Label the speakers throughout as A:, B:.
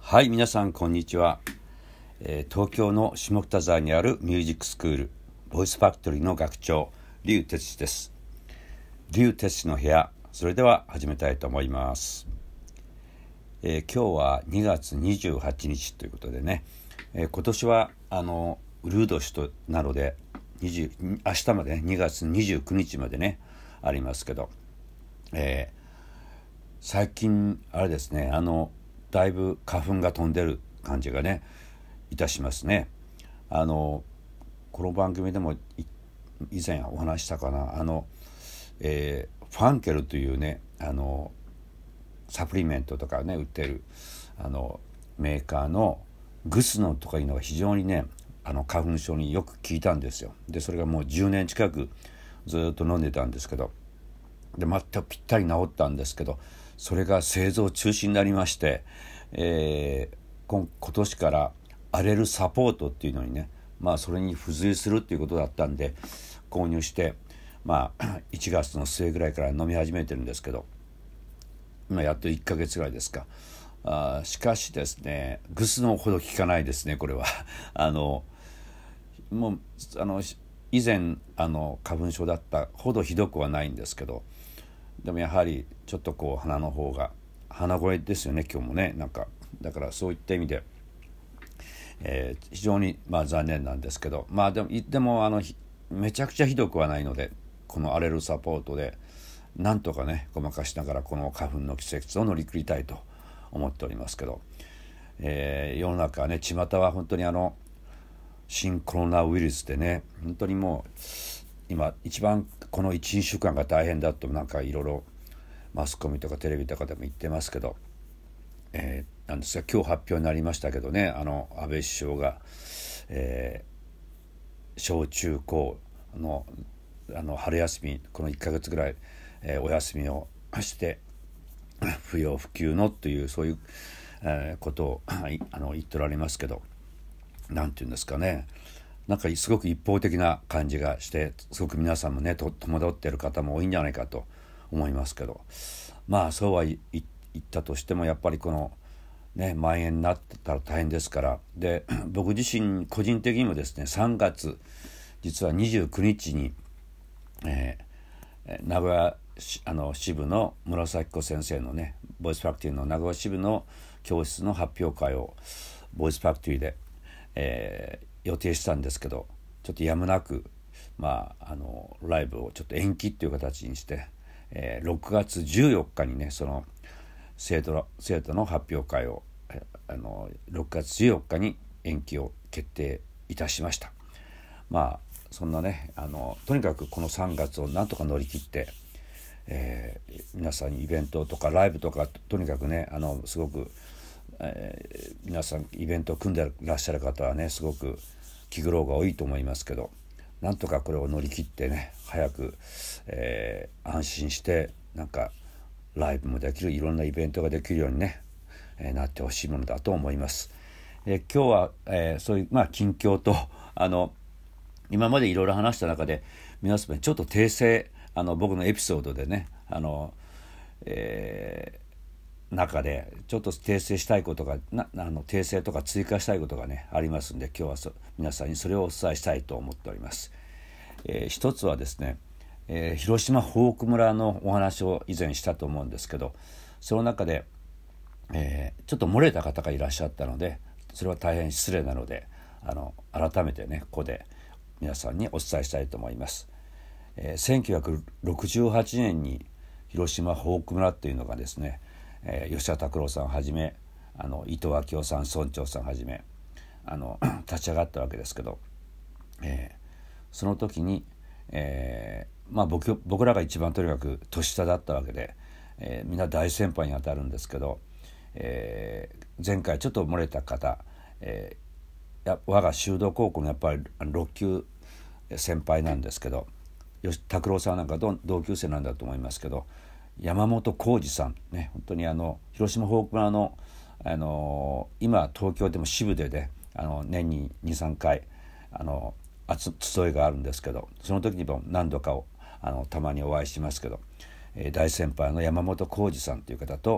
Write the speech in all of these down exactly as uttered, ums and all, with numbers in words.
A: はい、皆さんこんにちは、えー、東京の下北沢にあるミュージックスクールボイスファクトリーの学長劉哲司です。劉哲司の部屋、それでは始めたいと思います。えー、今日はにがつにじゅうはちにちということでね、えー、今年はあのウルード氏となのでにじゅう明日まで、ね、にがつにじゅうくにちまでねありますけど、えー、最近あれですね、あのだいぶ花粉が飛んでる感じがねいたしますね。あのこの番組でも以前お話したかな、あの、えー、ファンケルというねあのサプリメントとかね売ってるあのメーカーのグスノンとかいうのが非常にねあの花粉症によく効いたんですよ。でそれがもうじゅうねん近くずっと飲んでたんですけど、で全くぴったり治ったんですけど、それが製造中止になりまして、えー、今, 今年からアレルサポートっていうのにね、まあそれに付随するっていうことだったんで購入して、まあいちがつの末ぐらいから飲み始めてるんですけど、今やっといっかげつぐらいですか。あしかしですね、グスノンほど効かないですね、これはあのもうあの以前あの花粉症だったほどひどくはないんですけど、でもやはりちょっとこう鼻の方が鼻声ですよね今日もね。なんかだからそういった意味で、えー、非常にまあ残念なんですけど、まあでもでもあのめちゃくちゃひどくはないので、このアレルサポートでなんとかねごまかしながらこの花粉の季節を乗り切りたいと思っておりますけど、えー、世の中はね巷は本当にあの新コロナウイルスでね、本当にもう今一番この いち,に 週間が大変だとなんかいろいろマスコミとかテレビとかでも言ってますけど、えー、なんですが今日発表になりましたけどね、あの安倍首相が、えー、小中高の、あの春休みこのいっかげつぐらい、えー、お休みをして不要不急のというそういう、えー、ことをあの言っておられますけど、なんていうんですかね、なんかすごく一方的な感じがして、すごく皆さんもねと戸惑っている方も多いんじゃないかと思いますけど、まあそうは言ったとしてもやっぱりこのね蔓延になってたら大変ですから。で僕自身個人的にもですね、さんがつ実はにじゅうくにちに、えー、名古屋あの支部の紫子先生のねボイスファクトリーの名古屋支部の教室の発表会をボイスファクトリーで、えー予定したんですけど、ちょっとやむなく、まあ、あのライブをちょっと延期っていう形にして、えー、ろくがつじゅうよっかにねその生徒の生徒の発表会をあのろくがつじゅうよっかに延期を決定いたしました。まあそんなねあのとにかくこのさんがつをなんとか乗り切って、えー、皆さんにイベントとかライブとか と, とにかくねあのすごく、えー、皆さんイベントを組んでらっしゃる方はねすごく気苦労が多いと思いますけど、なんとかこれを乗り切ってね早く、えー、安心してなんかライブもできる、いろんなイベントができるようにね、えー、なってほしいものだと思います。えー、今日は、えー、そういうまあ近況とあの今までいろいろ話した中で皆様にちょっと訂正、あの僕のエピソードでねあの、えー中でちょっと訂正したいことがなあの訂正とか追加したいことがねありますんで、今日はそ皆さんにそれをお伝えしたいと思っております。えー、一つはですね、えー、広島フォーク村のお話を以前したと思うんですけど、その中で、えー、ちょっと漏れた方がいらっしゃったので、それは大変失礼なのであの改めてねここで皆さんにお伝えしたいと思います。えー、せんきゅうひゃくろくじゅうはちねんに広島フォーク村っていうのがですね、えー、吉田拓郎さんはじめあの伊藤昭夫さん村長さんはじめあの立ち上がったわけですけど、えー、その時に、えーまあ、僕, 僕らが一番とにかく年下だったわけで、えー、みんな大先輩にあたるんですけど、えー、前回ちょっと漏れた方、えー、や我が修道高校のやっぱりろっきゅう先輩なんですけど、吉拓郎さんなんか同級生なんだと思いますけど、山本浩二さんね、本当にあの広島フォーク村の、あのー、今東京でも支部でねあの年に に,さん 回あの集いがあるんですけど、その時にも何度かをあのたまにお会いしますけど、えー、大先輩の山本浩二さんという方と、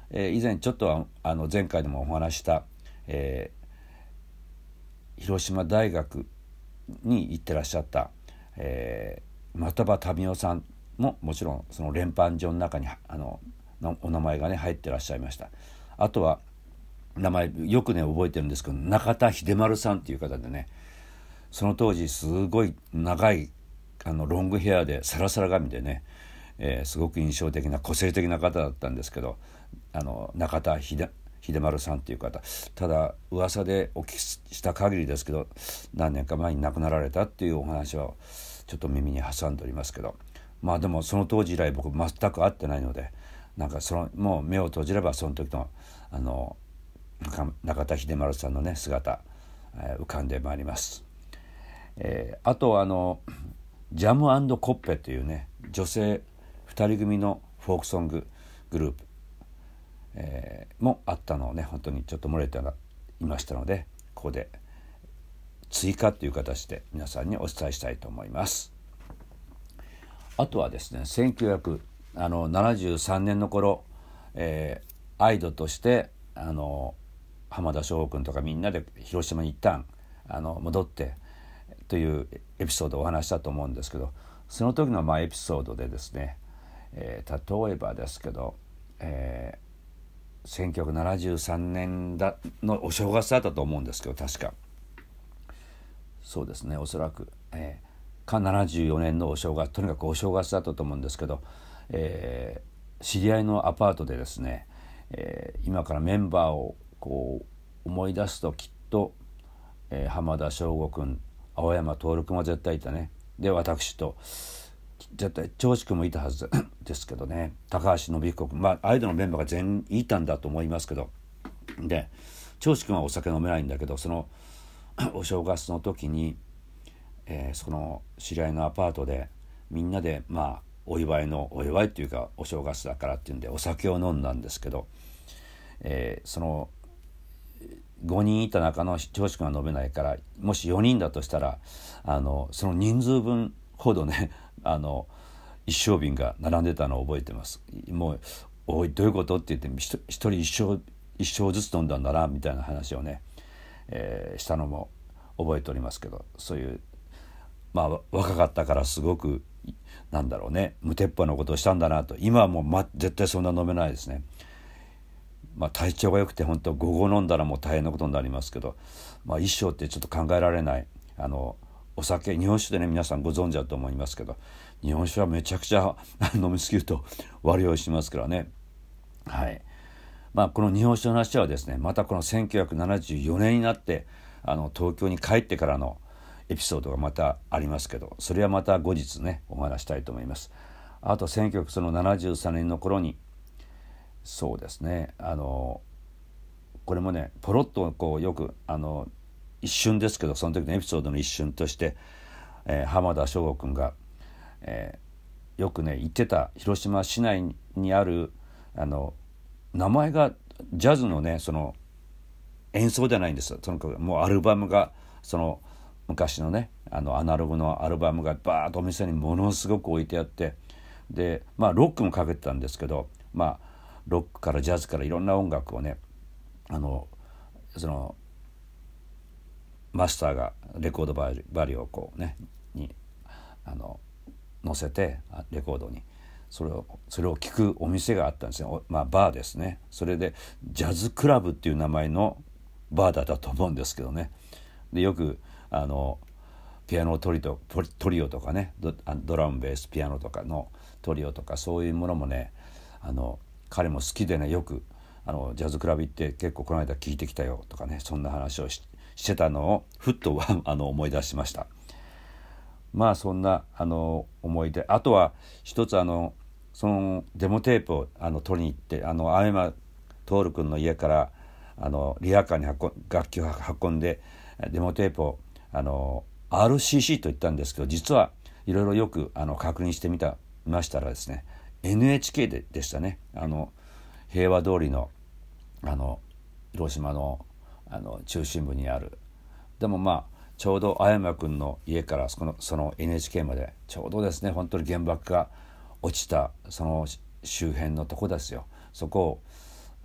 A: えー、以前ちょっとあの前回でもお話した、えー、広島大学に行ってらっしゃった、えー、的場民生さんももちろんその連判状の中にあのお名前がね入ってらっしゃいました。あとは名前よくね覚えてるんですけど、中田秀丸さんっていう方でね、その当時すごい長いあのロングヘアでサラサラ髪でね、えー、すごく印象的な個性的な方だったんですけど、あの中田秀秀丸さんっていう方、ただ噂でお聞きした限りですけど何年か前に亡くなられたっていうお話はちょっと耳に挟んでおりますけど、まあでもその当時以来僕全く会ってないので、なんかそのもう目を閉じればその時のあの中田秀丸さんのね姿、えー、浮かんでまいります。えー、あとあのジャム&コッペというね女性ふたり組のフォークソンググループ、えー、もあったのをね本当にちょっと漏れていましたので、ここで追加という形で皆さんにお伝えしたいと思います。あとはですね、せんきゅうひゃくななじゅうさんねんの頃、えー、アイドとしてあの浜田省吾君とかみんなで広島に一旦あの戻ってというエピソードをお話したと思うんですけど、その時のまあエピソードでですね、えー、例えばですけど、えー、せんきゅうひゃくななじゅうさんねんだのお正月だったと思うんですけど、確かそうですね、おそらく、えー、かななじゅうよねんのお正月、とにかくお正月だったと思うんですけど、えー、知り合いのアパートでですね、えー、今からメンバーをこう思い出すときっと、えー、浜田省吾君、青山徹君は絶対いたね。で私と絶対長司君もいたはずですけどね、高橋信彦君、まあアイドルのメンバーが全員いたんだと思いますけど、で長司君はお酒飲めないんだけど、そのお正月の時に、えー、その知り合いのアパートでみんなでまあお祝いのお祝いっていうかお正月だからっていうんでお酒を飲んだんですけど、えー、そのごにんいた中の長司君は飲めないから、もしよにんだとしたらあのその人数分ほどねあの一升瓶が並んでたのを覚えてます。もうおいどういうことって言って一人一升一升ずつ飲んだんだなみたいな話をね、えー、したのも覚えておりますけど、そういうまあ若かったからすごくなんだろうね、無鉄砲なことをしたんだなと。今はもう、ま、絶対そんな飲めないですね。まあ、体調が良くて本当午後飲んだらもう大変なことになりますけど、まあ、一生ってちょっと考えられないあのお酒、日本酒でね皆さんご存知だと思いますけど、日本酒はめちゃくちゃ飲みすぎると悪酔いしますからね。はい。まあこの日本酒の話はですね、またこのせんきゅうひゃくななじゅうよねんになってあの東京に帰ってからのエピソードがまたありますけど、それはまた後日ねお話したいと思います。あとせんきゅうひゃくななじゅうさんねんの頃にそうですね、あのこれもねポロッとこうよくあの一瞬ですけど、その時のエピソードの一瞬として、えー、浜田省吾君が、えー、よくね言ってた広島市内にあるあの名前がジャズのねその演奏じゃないんですよ。とにかくもうアルバムがその昔のねあのアナログのアルバムがバーッとお店にものすごく置いてあって、でまあロックもかけてたんですけど、まあロックからジャズからいろんな音楽をねあのそのマスターがレコードバリバリをこうねにあの載せてレコードにそれをそれを聴くお店があったんですよ。まあバーですね。それでジャズクラブっていう名前のバーだったと思うんですけどね。でよくあのピアノトリとトリオとかね ド, ドラムベースピアノとかのトリオとかそういうものもねあの彼も好きでね、よくあのジャズクラブ行って結構この間聴いてきたよとかね、そんな話を し, してたのをふっとあの思い出しました。まあそんなあの思い出、あとは一つあのそのデモテープをあの取りに行って、あの青山徹君の家からあのリアカーに運楽器を運んでデモテープをあの アールシーシー と言ったんですけど、実はいろいろよくあの確認してみた見ましたらですね エヌエイチケー で, でしたね。あの平和通りのあの広島のあの中心部にある、でもまあちょうど青山君の家からその、その エヌエイチケー までちょうどですね、本当に原爆が落ちたその周辺のとこですよ。そこを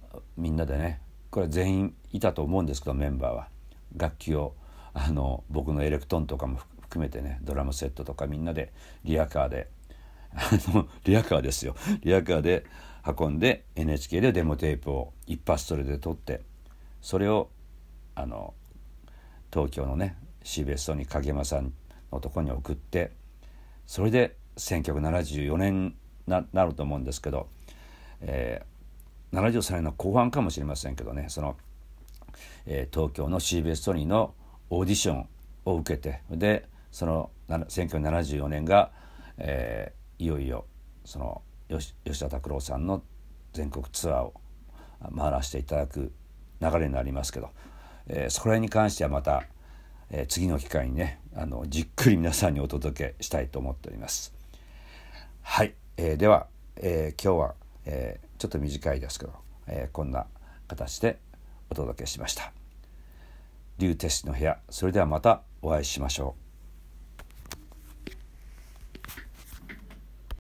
A: みんなでね、これ全員いたと思うんですけど、メンバーは楽器をあの僕のエレクトーンとかも含めてね、ドラムセットとかみんなでリアカーであのリアカーですよリアカーで運んで エヌエイチケー でデモテープを一発それで撮って、それをあの東京のねシービーエスソニー影山さんのところに送って、それでせんきゅうひゃくななじゅうよねんななると思うんですけど、えー、ななじゅうさんねんの後半かもしれませんけどね、その、えー、東京の シービーエス ソニーのオーディションを受けて、でそのせんきゅうひゃくななじゅうよねんが、えー、いよいよその吉田拓郎さんの全国ツアーを回らせていただく流れになりますけど、えー、それに関してはまた、えー、次の機会にねあのじっくり皆さんにお届けしたいと思っております。はい、えー、では、えー、今日は、えー、ちょっと短いですけど、えー、こんな形でお届けしました。竜哲司の部屋、それではまたお会いしましょう。